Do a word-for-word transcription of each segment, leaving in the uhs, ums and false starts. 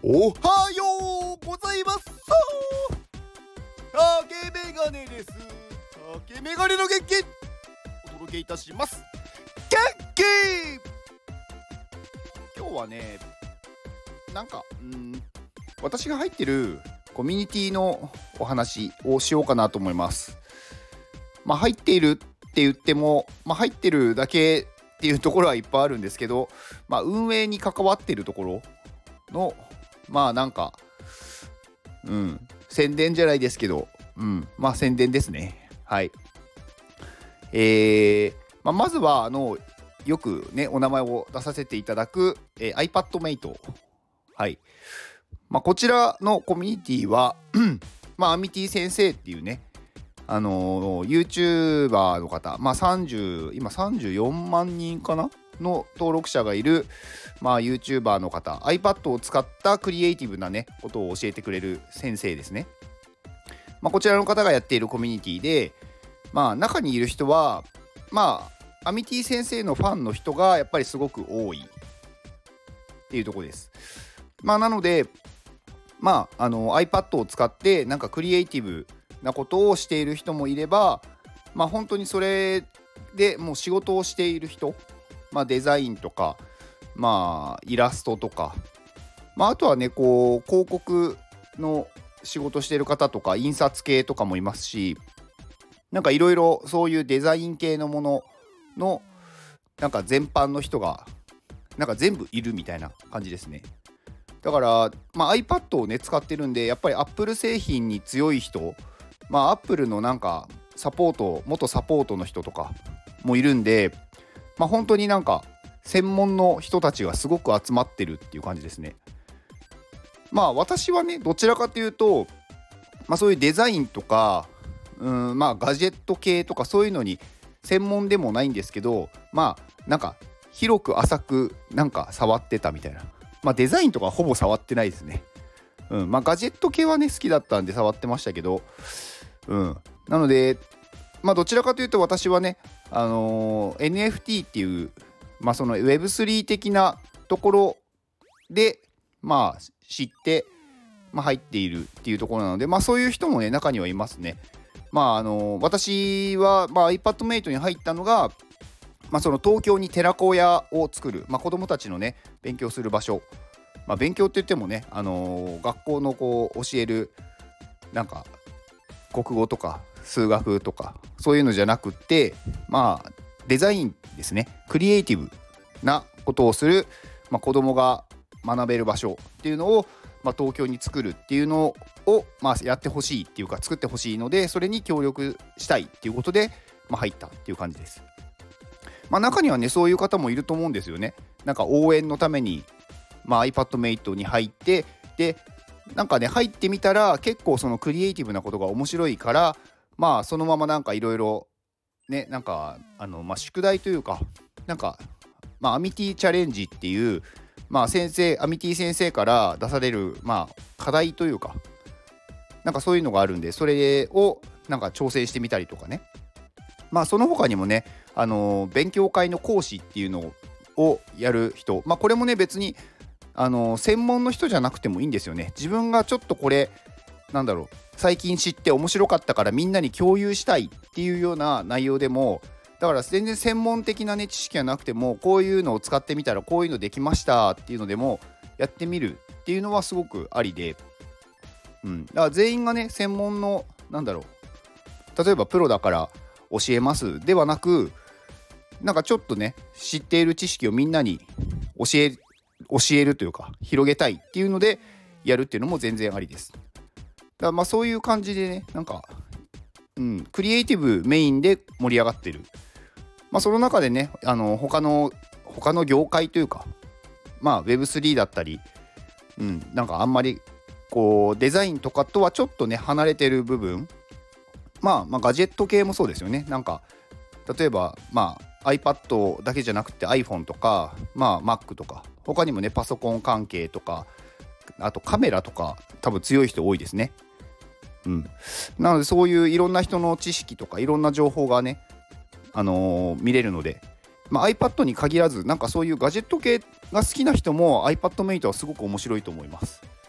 おはようございます。竹メガネです。竹メガネの元気お届けいたします。元気。今日はね、なんかうん私が入ってるコミュニティのお話をしようかなと思います。まあ入っているって言っても、まあ、入ってるだけっていうところはいっぱいあるんですけど、まあ、運営に関わってるところのまあなんかうん宣伝じゃないですけど、うんまあ宣伝ですね。はい。えーまあ、まずはあのよくねお名前を出させていただく、えー、iPadMate。はい。まあこちらのコミュニティはまあアミティ先生っていうね、あのー、YouTuber の方、まあさんじゅう今さんじゅうよんまんにんかなの登録者がいる、まあ、YouTuber の方、 iPad を使ったクリエイティブなねことを教えてくれる先生ですね。まあ、こちらの方がやっているコミュニティで、まあ中にいる人はまあアミティ先生のファンの人がやっぱりすごく多いっていうところです。まあなのでまああの iPad を使ってなんかクリエイティブなことをしている人もいれば、まあ本当にそれでもう仕事をしている人、まあ、デザインとか、まあ、イラストとか、まあ、あとはねこう広告の仕事してる方とか印刷系とかもいますし、なんかいろいろそういうデザイン系のもののなんか全般の人がなんか全部いるみたいな感じですね。だから、まあ、iPad をね使ってるんでやっぱり Apple 製品に強い人、まあ Apple のなんかサポート元サポートの人とかもいるんで、まあ本当になんか専門の人たちがすごく集まってるっていう感じですね。まあ私はねどちらかというと、まあそういうデザインとかうんまあガジェット系とかそういうのに専門でもないんですけど、まあなんか広く浅くなんか触ってたみたいな。まあデザインとかほぼ触ってないですね。うんまあガジェット系はね好きだったんで触ってましたけど、うんなのでまあどちらかというと私はねあのー、エヌエフティー っていうまあその ウェブスリー 的なところでまあ知って、まあ、入っているっていうところなので、まあそういう人もね中にはいますね。まああのー、私はまあ iPadMate に入ったのがまあその東京に寺子屋を作る、まあ子供たちのね勉強する場所、まあ勉強って言ってもねあのー、学校のこう教えるなんか国語とか数学とかそういうのじゃなくって、まあデザインですね、クリエイティブなことをする、まあ、子供が学べる場所っていうのを、まあ、東京に作るっていうのを、まあ、やってほしいっていうか作ってほしいので、それに協力したいっていうことで、まあ、入ったっていう感じです。まあ中にはねそういう方もいると思うんですよね。なんか応援のために、まあ、iPadMate に入ってでなんかね入ってみたら結構そのクリエイティブなことが面白いから、まあそのままなんかいろいろねなんかあのまあ宿題というかなんかまあアミティチャレンジっていうまあ先生アミティ先生から出されるまあ課題というかなんかそういうのがあるんで、それをなんか挑戦してみたりとかね。まあその他にもねあの勉強会の講師っていうのをやる人、まあこれもね別にあの専門の人じゃなくてもいいんですよね。自分がちょっとこれなんだろう最近知って面白かったからみんなに共有したいっていうような内容でも、だから全然専門的なね知識がなくてもこういうのを使ってみたらこういうのできましたっていうのでもやってみるっていうのはすごくありで、うん、だから全員がね専門のなんだろう例えばプロだから教えますではなく、なんかちょっとね知っている知識をみんなに教え教えるというか広げたいっていうのでやるっていうのも全然ありです。だからまあそういう感じでねなんか、うん、クリエイティブメインで盛り上がってる。まあその中でねあの他の他の業界というかまあ ウェブスリー だったり、うん、なんかあんまりこうデザインとかとはちょっとね離れてる部分、まあまあガジェット系もそうですよね。なんか例えばまあ iPad だけじゃなくて iPhone とか、まあ Mac とか他にもねパソコン関係とかあとカメラとか多分強い人多いですね。うん。なのでそういういろんな人の知識とかいろんな情報がねあのー、見れるので、まあ、iPad に限らずなんかそういうガジェット系が好きな人も iPadMate はすごく面白いと思います。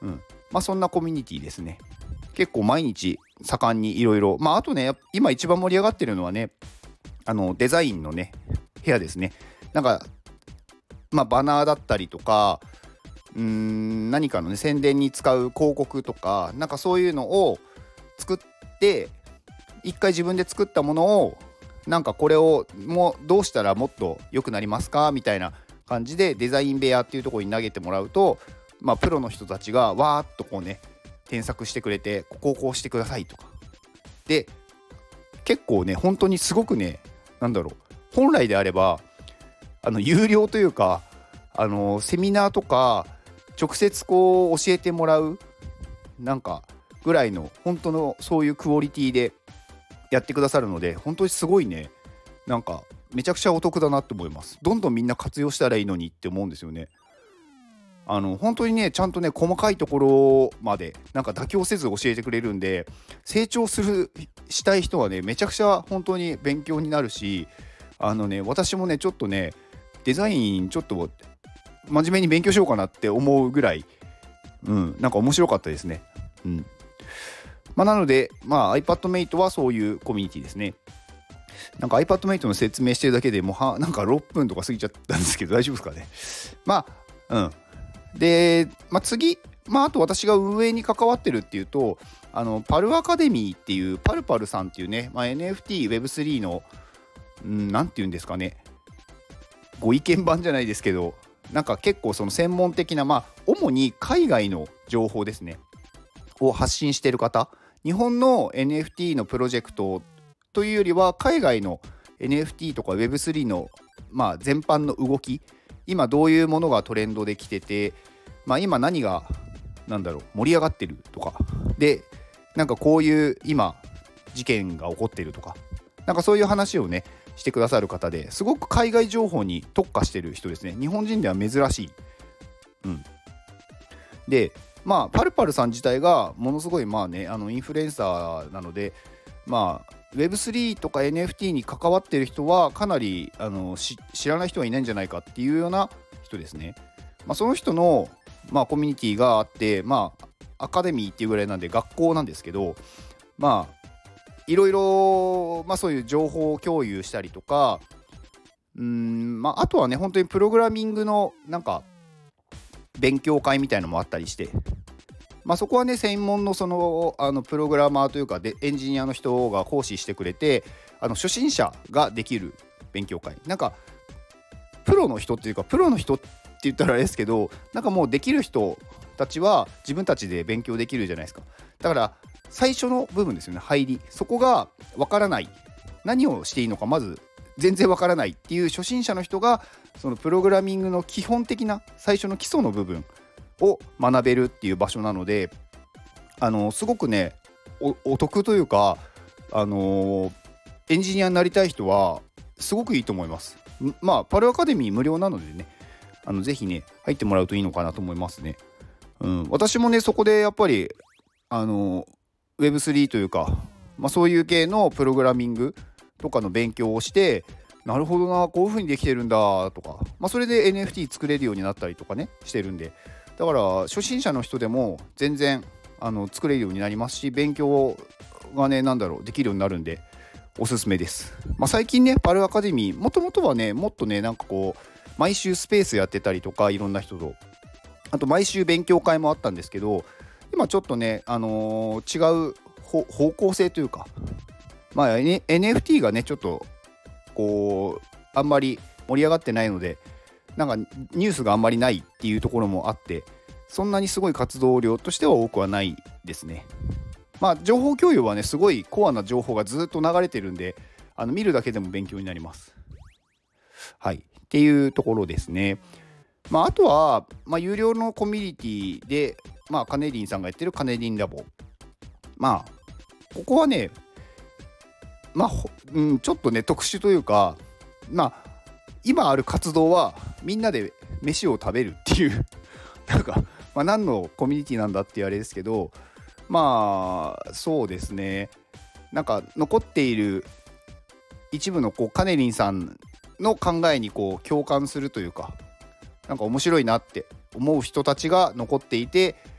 うんまあ、そんなコミュニティですね。結構毎日盛んにいろいろ、まああとね今一番盛り上がってるのはね、あのデザインのね部屋ですね。なんかまあバナーだったりとか、うーん何かのね宣伝に使う広告とか、なんかそういうのを作って、一回自分で作ったものをなんかこれをもうどうしたらもっと良くなりますかみたいな感じでデザイン部屋っていうところに投げてもらうと、まあプロの人たちがわーっとこうね添削してくれて、ここをこうしてくださいとかで、結構ね本当にすごくね、なんだろう、本来であればあの有料というか、あのセミナーとか直接こう教えてもらうなんかぐらいの本当のそういうクオリティでやってくださるので、本当にすごいね、なんかめちゃくちゃお得だなと思います。どんどんみんな活用したらいいのにって思うんですよね。あの本当にねちゃんとね細かいところまでなんか妥協せず教えてくれるんで、成長するしたい人はねめちゃくちゃ本当に勉強になるし、あのね私もねちょっとねデザインちょっと真面目に勉強しようかなって思うぐらい、うんなんか面白かったですね。うんまあ、なので、まあ、iPadMate はそういうコミュニティですね。なんか iPadMate の説明してるだけでもうはなんかろっぷんとか過ぎちゃったんですけど大丈夫ですかね。まあうんで、まあ、次、まあ、あと私が運営に関わってるっていうと、あのパルアカデミーっていうパルパルさんっていうね、まあ、エヌエフティー、ウェブスリー の、うん、なんていうんですかね、ご意見番じゃないですけど、なんか結構その専門的な、まあ、主に海外の情報ですねを発信している方、日本の エヌエフティー のプロジェクトというよりは海外の エヌエフティー とか ウェブスリー の、まあ、全般の動き、今どういうものがトレンドできてて、まあ、今何がなんだろう盛り上がってるとかで、なんかこういう今事件が起こってるとか、なんかそういう話をねしてくださる方で、すごく海外情報に特化してる人ですね。日本人では珍しい。うん、でまあパルパルさん自体がものすごいまあねあのインフルエンサーなので、まあ ウェブスリー とか エヌエフティー に関わっている人はかなりあの知らない人はいないんじゃないかっていうような人ですね。まあ、その人の、まあ、コミュニティがあって、まあ、アカデミーっていうぐらいなんで学校なんですけど、まあいろいろ、まあ、そういう情報共有したりとか、うーん、まあ、あとはね本当にプログラミングのなんか勉強会みたいなのもあったりして、まあ、そこはね専門のそのあのプログラマーというかでエンジニアの人が講師してくれて、あの初心者ができる勉強会、なんかプロの人っていうかプロの人って言ったらあれですけど、なんかもうできる人たちは自分たちで勉強できるじゃないですか。だから最初の部分ですよね、入り、そこがわからない、何をしていいのかまず全然わからないっていう初心者の人がそのプログラミングの基本的な最初の基礎の部分を学べるっていう場所なので、あのすごくね お, お得というか、あのエンジニアになりたい人はすごくいいと思います。まあパルアカデミー無料なのでね、あのぜひね入ってもらうといいのかなと思いますね。うん、私もねそこでやっぱりあの ウェブスリー というか、まあ、そういう系のプログラミングとかの勉強をして、なるほどなこういう風にできてるんだとか、まあ、それで エヌエフティー 作れるようになったりとかねしてるんで、だから初心者の人でも全然あの作れるようになりますし、勉強がねなんだろうできるようになるんでおすすめです。まあ、最近ねパルアカデミーもともとはねもっとねなんかこう毎週スペースやってたりとか、いろんな人とあと毎週勉強会もあったんですけど、今ちょっとね、あのー、違う方向性というか、まあ、N、エヌエフティー がねちょっとこうあんまり盛り上がってないので、なんかニュースがあんまりないっていうところもあって、そんなにすごい活動量としては多くはないですね。まあ情報共有はねすごいコアな情報がずっと流れてるんで、あの見るだけでも勉強になります。はいっていうところですね。まあ、あとは、まあ、有料のコミュニティで、まあ、カネディンさんがやってるカネディンラボ、まあここはねまあ、うん、ちょっとね特殊というか、まあ今ある活動はみんなで飯を食べるっていうなんか、まあ、何のコミュニティなんだっていうあれですけど、まあそうですね、なんか残っている一部のこうカネリンさんの考えにこう共感するというか、なんか面白いなって思う人たちが残っていて、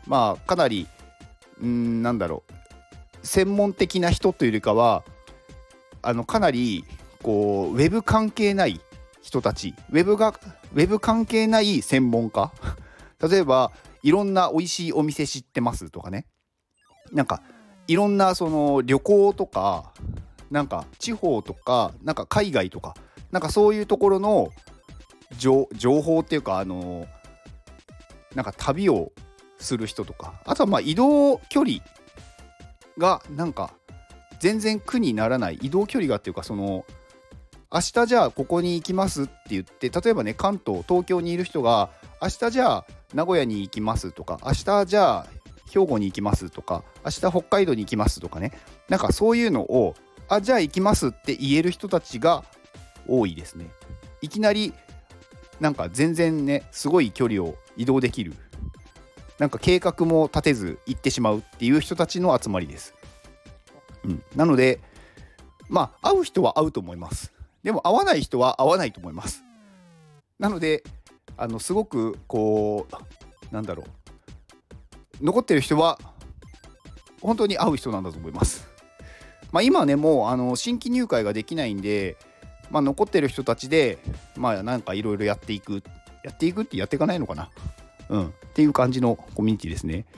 まあかなりうーんなんだろう専門的な人というよりかはあのかなりこうウェブ関係ない人たち、ウェブがウェブ関係ない専門家例えばいろんな美味しいお店知ってますとかね、なんかいろんなその旅行とかなんか地方とかなんか海外とかなんかそういうところの情報っていうかあのなんか旅をする人とか、あとはまあ移動距離がなんか全然苦にならない移動距離がっていうかその明日じゃあここに行きますって言って例えばね関東東京にいる人が明日じゃあ名古屋に行きますとか明日じゃあ兵庫に行きますとか明日北海道に行きますとかね、なんかそういうのをあじゃあ行きますって言える人たちが多いですね。いきなりなんか全然ねすごい距離を移動できる、なんか計画も立てず行ってしまうっていう人たちの集まりです。うん、なのでまあ会う人は会うと思います。でも会わない人は会わないと思います。なのであのすごくこうなんだろう残ってる人は本当に会う人なんだと思います。まあ、今ねもうあの新規入会ができないんで、まあ、残ってる人たちでまあなんかいろいろやっていくやっていくってやっていかないのかな、うん、っていう感じのコミュニティですね。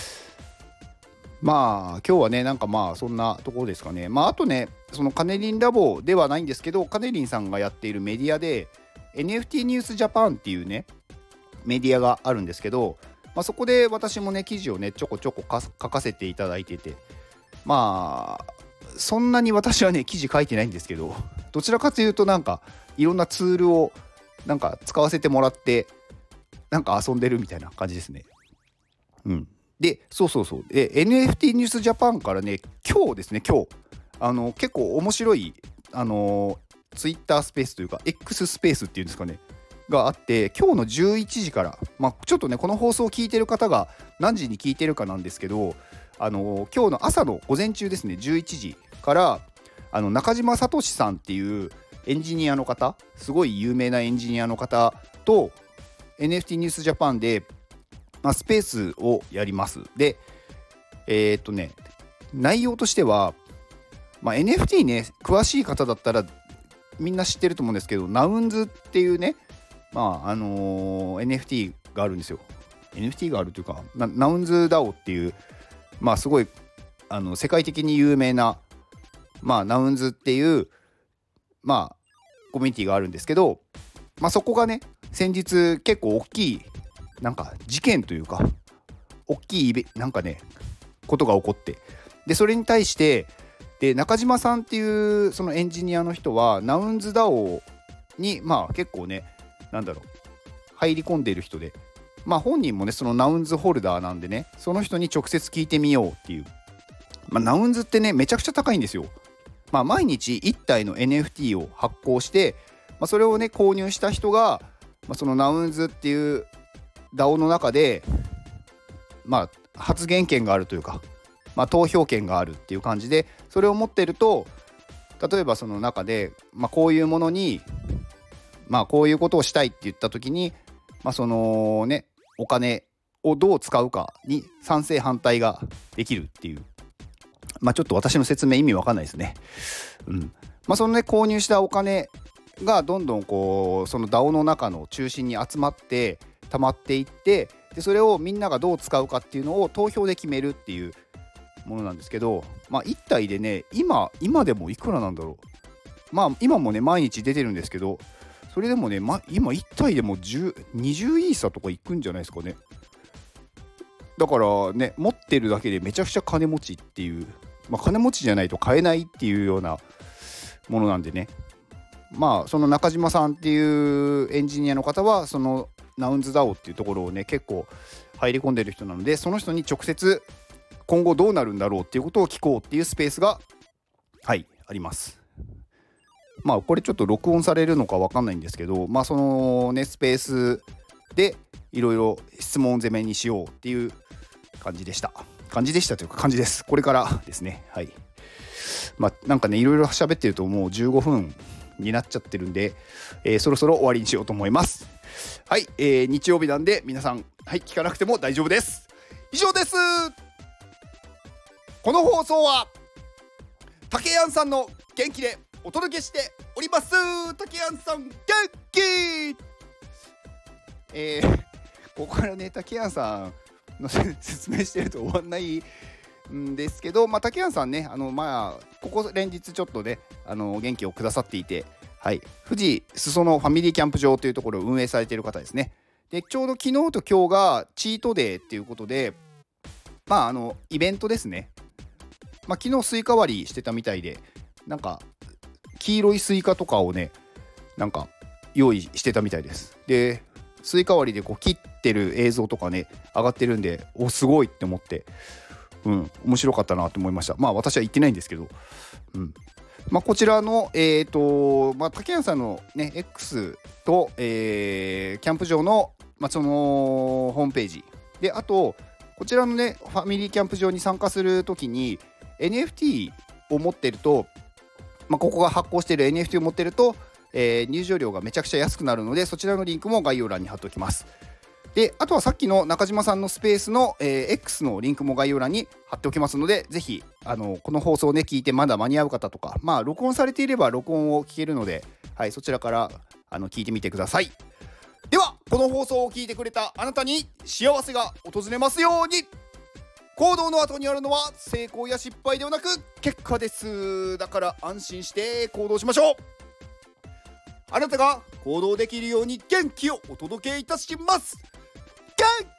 まあ今日はねなんかまあそんなところですかね。まああとねそのカネリンラボではないんですけどカネリンさんがやっているメディアで エヌエフティー ニュースジャパンっていうねメディアがあるんですけど、まあ、そこで私もね記事をねちょこちょこか書かせていただいてて、まあそんなに私はね記事書いてないんですけど、どちらかというとなんかいろんなツールをなんか使わせてもらってなんか遊んでるみたいな感じですね。うんでそうそうそうで エヌエフティー ニュースジャパンからね今日ですね今日あの結構面白いあのツイッタースペースというか X スペースっていうんですかねがあって、今日のじゅういちじから、まあ、ちょっとねこの放送を聞いてる方が何時に聞いてるかなんですけど、あの今日の朝の午前中ですねじゅういちじからあの中島聡さんっていうエンジニアの方、すごい有名なエンジニアの方と エヌエフティー ニュースジャパンで、まあ、スペースをやります。でえー、っとね内容としては、まあ、エヌエフティー ね詳しい方だったらみんな知ってると思うんですけど、ナウンズっていうねまああのー、エヌエフティー があるんですよ。 エヌエフティー があるというかなナウンズ ダオ っていうまあすごいあの世界的に有名なまあナウンズっていうまあコミュニティがあるんですけど、まあそこがね先日結構大きいなんか事件というか大きいイベなんかねことが起こって、でそれに対してで中島さんっていうそのエンジニアの人はナウンズ ダオ にまあ結構ねなんだろう入り込んでいる人で、まあ本人もねそのナウンズホルダーなんでねその人に直接聞いてみようっていう、まあ、ナウンズってねめちゃくちゃ高いんですよ。まあ毎日いち体の エヌエフティー を発行して、まあ、それをね購入した人が、まあ、そのナウンズっていう ダオ の中でまあ発言権があるというか、まあ、投票権があるっていう感じで、それを持ってると例えばその中で、まあ、こういうものにまあこういうことをしたいって言った時に、まあ、そのねお金をどう使うかに賛成反対ができるっていう、まあちょっと私の説明意味わかんないですね。うん。まあそのね購入したお金がどんどんこうその ダオ の中の中心に集まって溜まっていって、でそれをみんながどう使うかっていうのを投票で決めるっていうものなんですけど、まあいち体でね今今でもいくらなんだろう。まあ今もね毎日出てるんですけど、それでもね、ま、今いち体でもじゅう、にじゅうイーサとかいくんじゃないですかね。だからね持ってるだけでめちゃくちゃ金持ちっていう、まあ、金持ちじゃないと買えないっていうようなものなんでね、まあその中島さんっていうエンジニアの方はそのナウンズ ダオ っていうところをね結構入り込んでる人なので、その人に直接今後どうなるんだろうっていうことを聞こうっていうスペースがはいあります。まあこれちょっと録音されるのか分かんないんですけど、まあそのねスペースでいろいろ質問攻めにしようっていう感じでした感じでしたというか感じです。これからですね。はい。まあなんかねいろいろ喋ってるともうじゅうごふんになっちゃってるんで、えー、そろそろ終わりにしようと思います。はい、えー、日曜日なんで皆さんはい聞かなくても大丈夫です。 以上です。この放送は竹やんさんの元気でお届けしております。竹やんさん元気。えー、ここからね竹やんさんの説明してると終わんないんですけど、まあ、竹やんさんね、あのまあここ連日ちょっとねあの元気をくださっていて、はい、富士裾野ファミリーキャンプ場というところを運営されている方ですね。でちょうど昨日と今日がチートデーっていうことで、まああのイベントですね。まあ、昨日スイカ割りしてたみたいで、なんか黄色いスイカとかをねなんか用意してたみたいです。でスイカ割りでこう切ってる映像とかね上がってるんで、おすごいって思って、うん面白かったなと思いました。まあ私は行ってないんですけど、うんまあ、こちらのえっ、とまあ竹谷さんのね X と、えー、キャンプ場の、まあ、そのホームページで、あとこちらのねファミリーキャンプ場に参加するときに エヌエフティー を持ってると、まあ、ここが発行している エヌエフティー を持ってると、えー、入場料がめちゃくちゃ安くなるので、そちらのリンクも概要欄に貼っておきます。であとはさっきの中島さんのスペースの、えー、X のリンクも概要欄に貼っておきますので、ぜひあのこの放送をね聞いてまだ間に合う方とか、まあ録音されていれば録音を聞けるので、はい、そちらからあの聞いてみてください。ではこの放送を聞いてくれたあなたに幸せが訪れますように。行動の後にあるのは成功や失敗ではなく結果です。だから安心して行動しましょう。あなたが行動できるように元気をお届けいたします。元